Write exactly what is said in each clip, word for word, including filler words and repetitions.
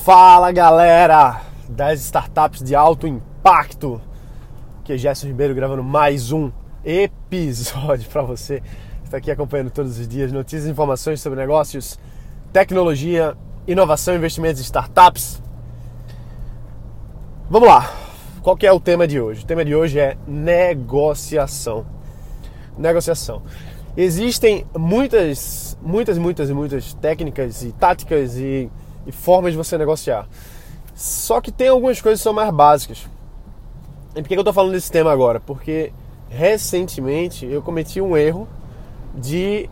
Fala galera das startups de alto impacto, que é Gerson Ribeiro gravando mais um episódio para você. Está aqui acompanhando todos os dias notícias e informações sobre negócios, tecnologia, inovação, investimentos em startups. Vamos lá, qual que é o tema de hoje? O tema de hoje é negociação. Negociação. Existem muitas, muitas, muitas e muitas técnicas e táticas e, e formas de você negociar. Só que tem algumas coisas que são mais básicas. E por que eu estou falando desse tema agora? Porque recentemente eu cometi um erro de,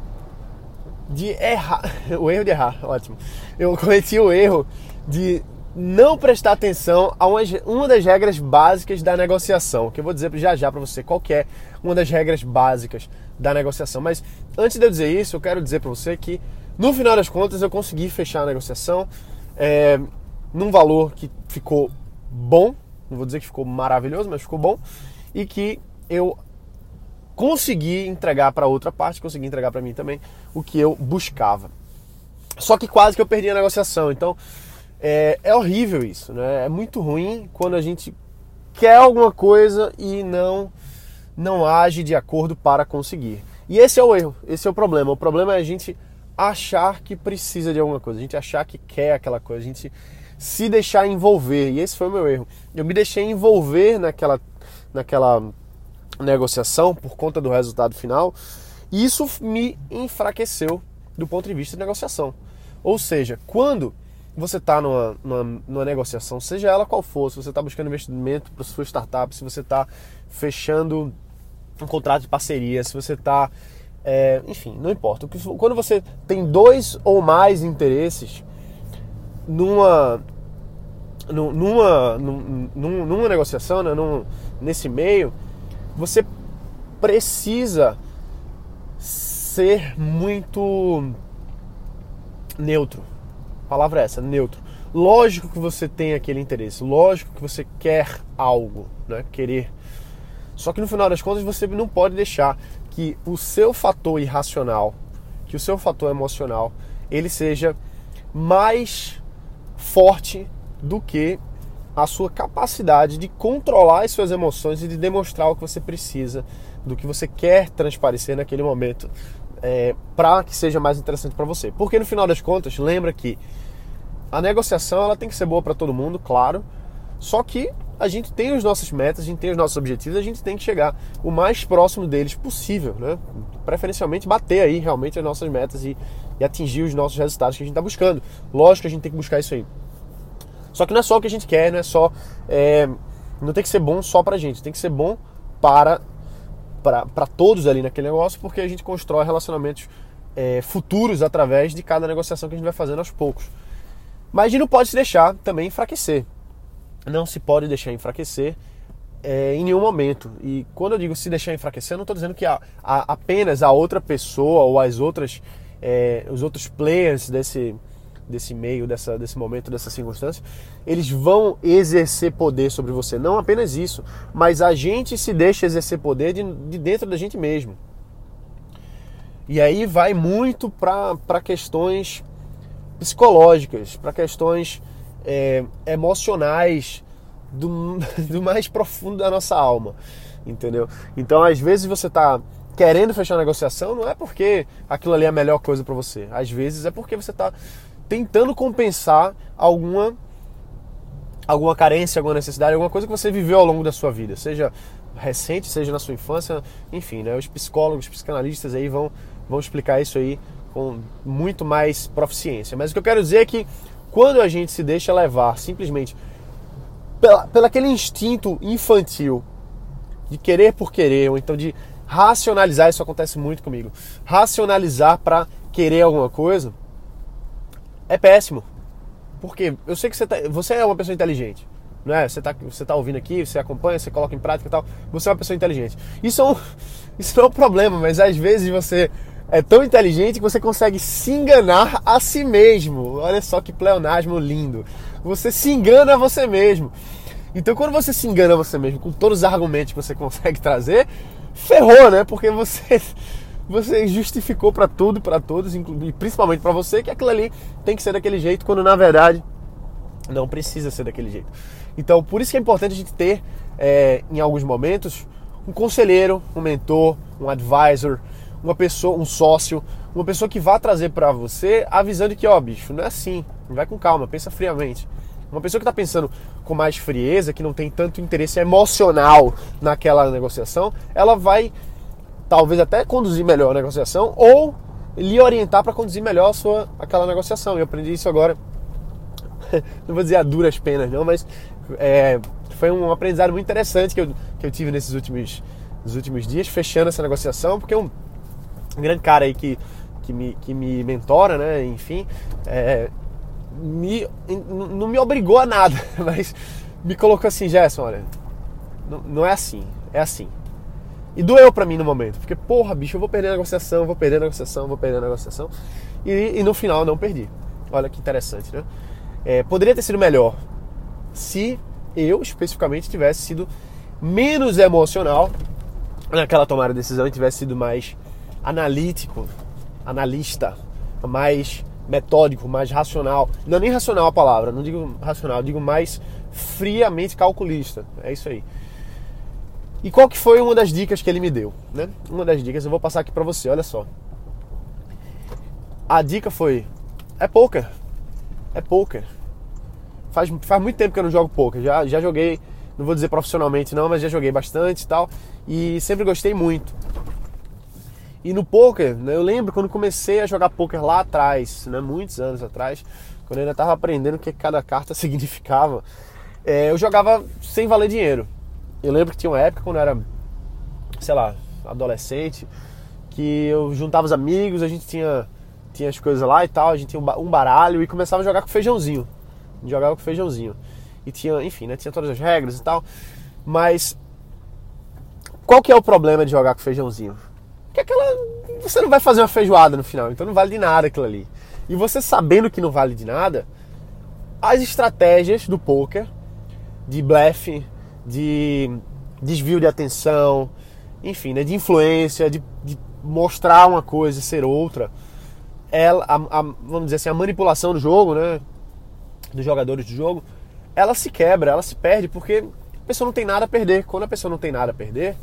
de errar. O erro de errar, ótimo. Eu cometi o erro de não prestar atenção a uma, uma das regras básicas da negociação, que eu vou dizer já já para você qual que é uma das regras básicas da negociação. Mas antes de eu dizer isso, eu quero dizer para você que no final das contas eu consegui fechar a negociação é, num valor que ficou bom, não vou dizer que ficou maravilhoso, mas ficou bom, e que eu consegui entregar para outra parte, consegui entregar para mim também o que eu buscava. Só que quase que eu perdi a negociação, então É, é horrível isso, né? É muito ruim quando a gente quer alguma coisa e não, não age de acordo para conseguir. E esse é o erro, esse é o problema. O problema é a gente achar que precisa de alguma coisa, a gente achar que quer aquela coisa, a gente se deixar envolver. E esse foi o meu erro. Eu me deixei envolver naquela, naquela negociação por conta do resultado final, e isso me enfraqueceu do ponto de vista de negociação. Ou seja, quando você está numa, numa, numa negociação, seja ela qual for, se você está buscando investimento para sua startup, se você está fechando um contrato de parceria, se você está... É, enfim, não importa. Quando você tem dois ou mais interesses numa, numa, numa, numa negociação, né, num, nesse meio, você precisa ser muito neutro. A palavra é essa, neutro. Lógico que você tem aquele interesse, lógico que você quer algo, né? Querer. Só que no final das contas você não pode deixar que o seu fator irracional, que o seu fator emocional, ele seja mais forte do que a sua capacidade de controlar as suas emoções e de demonstrar o que você precisa, do que você quer transparecer naquele momento. É, para que seja mais interessante para você. Porque no final das contas, lembra que a negociação ela tem que ser boa para todo mundo, claro, só que a gente tem os nossos metas, a gente tem os nossos objetivos, a gente tem que chegar o mais próximo deles possível, né? Preferencialmente bater aí realmente as nossas metas e, e atingir os nossos resultados que a gente está buscando. Lógico que a gente tem que buscar isso aí. Só que não é só o que a gente quer, não é só é, não tem que ser bom só pra gente, tem que ser bom para para todos ali naquele negócio, porque a gente constrói relacionamentos é, futuros através de cada negociação que a gente vai fazendo aos poucos. Mas a gente não pode se deixar também enfraquecer. Não se pode deixar enfraquecer é, em nenhum momento. E quando eu digo se deixar enfraquecer, eu não estou dizendo que a, a, apenas a outra pessoa ou as outras, é, os outros players desse, desse meio, dessa, desse momento, dessa circunstância, eles vão exercer poder sobre você. Não apenas isso, mas a gente se deixa exercer poder de, de dentro da gente mesmo. E aí vai muito para questões psicológicas, para questões é, emocionais do, do mais profundo da nossa alma, entendeu? Então, às vezes você está querendo fechar a negociação, não é porque aquilo ali é a melhor coisa para você. Às vezes é porque você está tentando compensar alguma, alguma carência, alguma necessidade, alguma coisa que você viveu ao longo da sua vida, seja recente, seja na sua infância, enfim, né? Os psicólogos, os psicanalistas aí vão, vão explicar isso aí com muito mais proficiência. Mas o que eu quero dizer é que quando a gente se deixa levar simplesmente pela, pela aquele instinto infantil de querer por querer, ou então de racionalizar, isso acontece muito comigo, racionalizar para querer alguma coisa, é péssimo. Porque eu sei que você, tá, você é uma pessoa inteligente, não é? Você está você tá ouvindo aqui, você acompanha, você coloca em prática e tal. Você é uma pessoa inteligente. Isso, é um, isso não é um problema, mas às vezes você é tão inteligente que você consegue se enganar a si mesmo. Olha só que pleonasmo lindo. Você se engana a você mesmo. Então quando você se engana a você mesmo com todos os argumentos que você consegue trazer, ferrou, né? Porque você... você justificou para tudo e para todos, e principalmente para você, que aquilo ali tem que ser daquele jeito, quando na verdade Não precisa ser daquele jeito. Então, por isso que é importante a gente ter, é, em alguns momentos, um conselheiro, um mentor, um advisor, uma pessoa, um sócio, uma pessoa que vá trazer para você avisando que, ó, bicho, não é assim, vai com calma, pensa friamente. Uma pessoa que está pensando com mais frieza, que não tem tanto interesse emocional naquela negociação, ela vai talvez até conduzir melhor a negociação ou lhe orientar para conduzir melhor a sua, aquela negociação. Eu aprendi isso agora, não vou dizer a duras penas não, mas é, foi um aprendizado muito interessante que eu, que eu tive nesses últimos, nos últimos dias, fechando essa negociação, porque um, um grande cara aí que, que, me, que me mentora, né, enfim, é, me, não me obrigou a nada, mas me colocou assim: Gerson, olha, não, não é assim, é assim. E doeu pra mim no momento, porque, porra, bicho, eu vou perder a negociação, vou perder a negociação, vou perder a negociação. E, e no final eu não perdi. Olha que interessante, né? É, poderia ter sido melhor se eu, especificamente, tivesse sido menos emocional naquela tomada de decisão e tivesse sido mais analítico, analista, mais metódico, mais racional. Não é nem racional a palavra, não digo racional, digo mais friamente calculista. É isso aí. E qual que foi uma das dicas que ele me deu, né? Uma das dicas eu vou passar aqui pra você, olha só. A dica foi: é poker. É poker. Faz, faz muito tempo que eu não jogo poker. Já, já joguei, não vou dizer profissionalmente não, mas já joguei bastante e tal. E sempre gostei muito. E no poker, né, eu lembro quando comecei a jogar poker lá atrás, né, muitos anos atrás, quando eu ainda estava aprendendo o que cada carta significava, é, eu jogava sem valer dinheiro. Eu lembro que tinha uma época quando eu era, sei lá, adolescente, que eu juntava os amigos, a gente tinha, tinha as coisas lá e tal, a gente tinha um baralho e começava a jogar com feijãozinho. A gente jogava com feijãozinho. E tinha, enfim, né, tinha todas as regras e tal. Mas qual que é o problema de jogar com feijãozinho? Que aquela, você não vai fazer uma feijoada no final, então não vale de nada aquilo ali. E você sabendo que não vale de nada, as estratégias do poker, de blefe, de desvio de atenção, enfim, né, de influência, de, de mostrar uma coisa e ser outra, ela, a, a, vamos dizer assim, a manipulação do jogo, né, dos jogadores do jogo, ela se quebra, ela se perde, porque a pessoa não tem nada a perder. Quando a pessoa não tem nada a perder,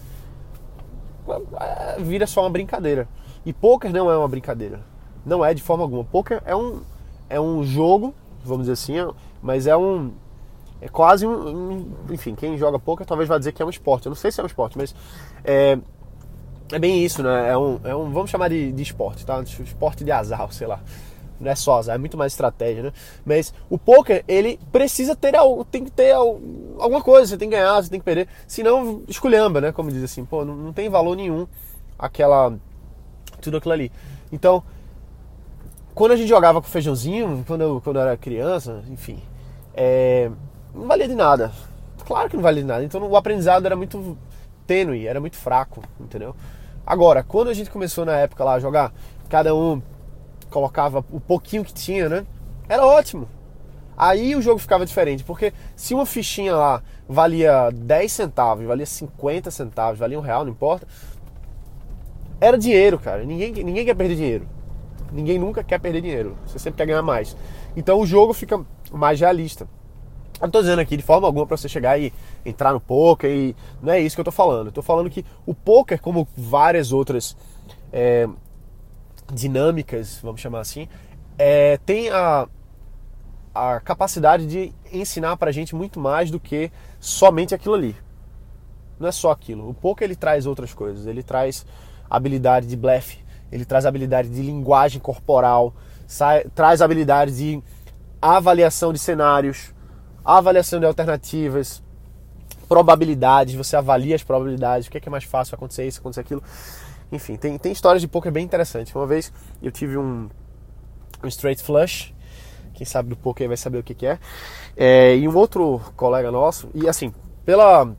vira só uma brincadeira. E poker não é uma brincadeira, não é de forma alguma. Poker é um, é um jogo, vamos dizer assim, mas é um é quase um, um enfim, quem joga poker talvez vá dizer que é um esporte. Eu não sei se é um esporte, mas é, é bem isso, né? É um, é um, vamos chamar de, de esporte, tá? Esporte de azar, sei lá. Não é só azar, é muito mais estratégia, né? Mas o poker, ele precisa ter algo, tem que ter alguma coisa, você tem que ganhar, você tem que perder, senão esculhamba, né? Como diz assim, pô, não, não tem valor nenhum aquela, tudo aquilo ali. Então, quando a gente jogava com feijãozinho, quando eu, quando eu era criança, enfim, é, não valia de nada. Claro que não valia de nada. Então o aprendizado era muito tênue, era muito fraco, entendeu? Agora, quando a gente começou na época lá a jogar, cada um colocava o pouquinho que tinha, né? Era ótimo. Aí o jogo ficava diferente, porque se uma fichinha lá valia dez centavos, valia cinquenta centavos, valia um real, não importa, era dinheiro, cara. Ninguém, ninguém quer perder dinheiro. Ninguém nunca quer perder dinheiro. Você sempre quer ganhar mais. Então o jogo fica mais realista. Eu não tô dizendo aqui de forma alguma pra você chegar e entrar no poker, e não é isso que eu tô falando. Eu tô falando que o poker, como várias outras é, dinâmicas, vamos chamar assim, é, tem a, a capacidade de ensinar pra gente muito mais do que somente aquilo ali. Não é só aquilo. O poker, ele traz outras coisas. Ele traz habilidade de blefe, ele traz habilidade de linguagem corporal, sai, traz habilidade de avaliação de cenários, avaliação de alternativas, probabilidades, você avalia as probabilidades, o que é, que é mais fácil acontecer isso, acontecer aquilo. Enfim, tem, tem histórias de poker bem interessantes. Uma vez eu tive um, um straight flush, quem sabe do poker vai saber o que, que é, é, e um outro colega nosso, e assim, pela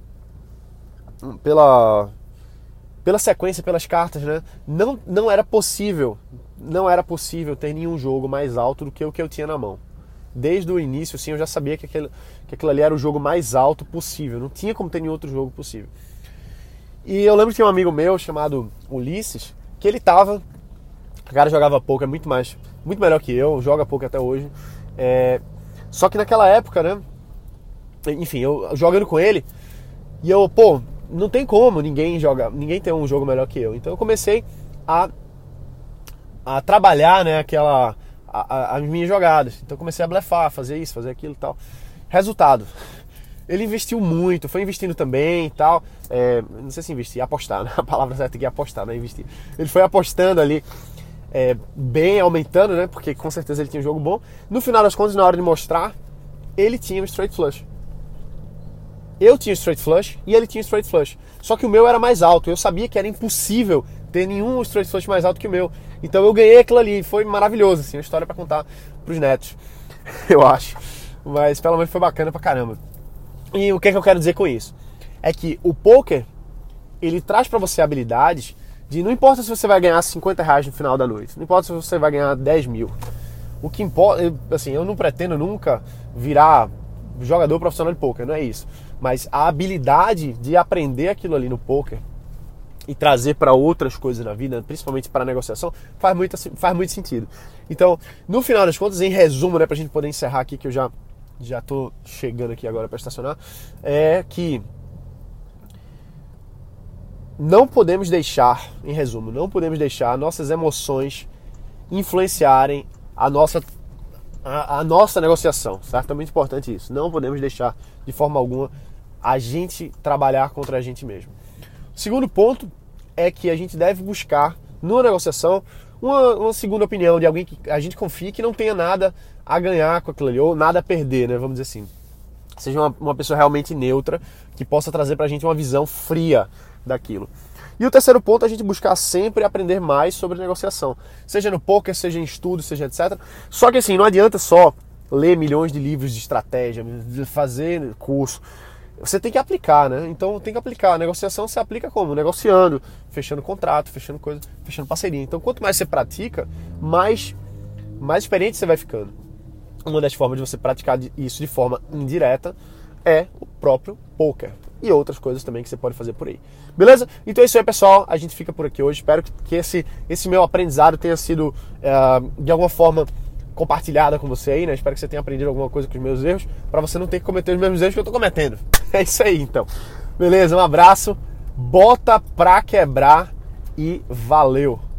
pela pela sequência, pelas cartas, né, não, não era possível, não era possível ter nenhum jogo mais alto do que o que eu tinha na mão. Desde o início, assim, eu já sabia que aquele, que aquilo ali era o jogo mais alto possível. Não tinha como ter nenhum outro jogo possível. E eu lembro que tinha um amigo meu chamado Ulisses, que ele tava... O cara jogava poker muito mais, muito melhor que eu, joga poker até hoje. É, Só que naquela época, né? Enfim, eu jogando com ele, e eu, pô, não tem como ninguém joga, ninguém tem um jogo melhor que eu. Então eu comecei a, a trabalhar, né, aquela, a, a, as minhas jogadas. Então eu comecei a blefar, fazer isso, fazer aquilo e tal. Resultado, ele investiu muito, foi investindo também e tal. É, não sei se investir, apostar, né? A palavra certa aqui é apostar, não é investir. Ele foi apostando ali, é, bem, aumentando, né? Porque com certeza ele tinha um jogo bom. No final das contas, na hora de mostrar, ele tinha um straight flush. Eu tinha straight flush e ele tinha straight flush. Só que o meu era mais alto. Eu sabia que era impossível ter nenhum straight flush mais alto que o meu. Então eu ganhei aquilo ali. Foi maravilhoso, assim, uma história pra contar pros netos. Eu acho. Mas pelo menos foi bacana pra caramba. E o que é que eu quero dizer com isso? É que o poker, ele traz pra você habilidades de não importa se você vai ganhar cinquenta reais no final da noite. Não importa se você vai ganhar dez mil. O que importa, assim, eu não pretendo nunca virar jogador profissional de poker, não é isso. Mas a habilidade de aprender aquilo ali no poker e trazer para outras coisas na vida, principalmente para negociação, faz muito, faz muito sentido. Então, no final das contas, em resumo, né, para a gente poder encerrar aqui, que eu já já tô chegando aqui agora para estacionar, é que não podemos deixar, em resumo, não podemos deixar nossas emoções influenciarem a nossa A, a nossa negociação, certo? É muito importante isso. Não podemos deixar de forma alguma a gente trabalhar contra a gente mesmo. O segundo ponto é que a gente deve buscar numa negociação uma, uma segunda opinião de alguém que a gente confie que não tenha nada a ganhar com aquilo ali, ou nada a perder, né? Vamos dizer assim. Seja uma, uma pessoa realmente neutra, que possa trazer pra gente uma visão fria daquilo. E o terceiro ponto é a gente buscar sempre aprender mais sobre negociação. Seja no poker, seja em estudo, seja etcétera. Só que assim, não adianta só ler milhões de livros de estratégia, fazer curso. Você tem que aplicar, né? Então tem que aplicar. A negociação você aplica como? Negociando, fechando contrato, fechando coisa, fechando parceria. Então quanto mais você pratica, mais, mais experiente você vai ficando. Uma das formas de você praticar isso de forma indireta é o próprio poker. E outras coisas também que você pode fazer por aí. Beleza? Então é isso aí, pessoal. A gente fica por aqui hoje. Espero que esse, esse meu aprendizado tenha sido, uh, de alguma forma, compartilhada com você aí, né? Espero que você tenha aprendido alguma coisa com os meus erros, para você não ter que cometer os mesmos erros que eu tô cometendo. É isso aí, então. Beleza? Um abraço. Bota pra quebrar e valeu!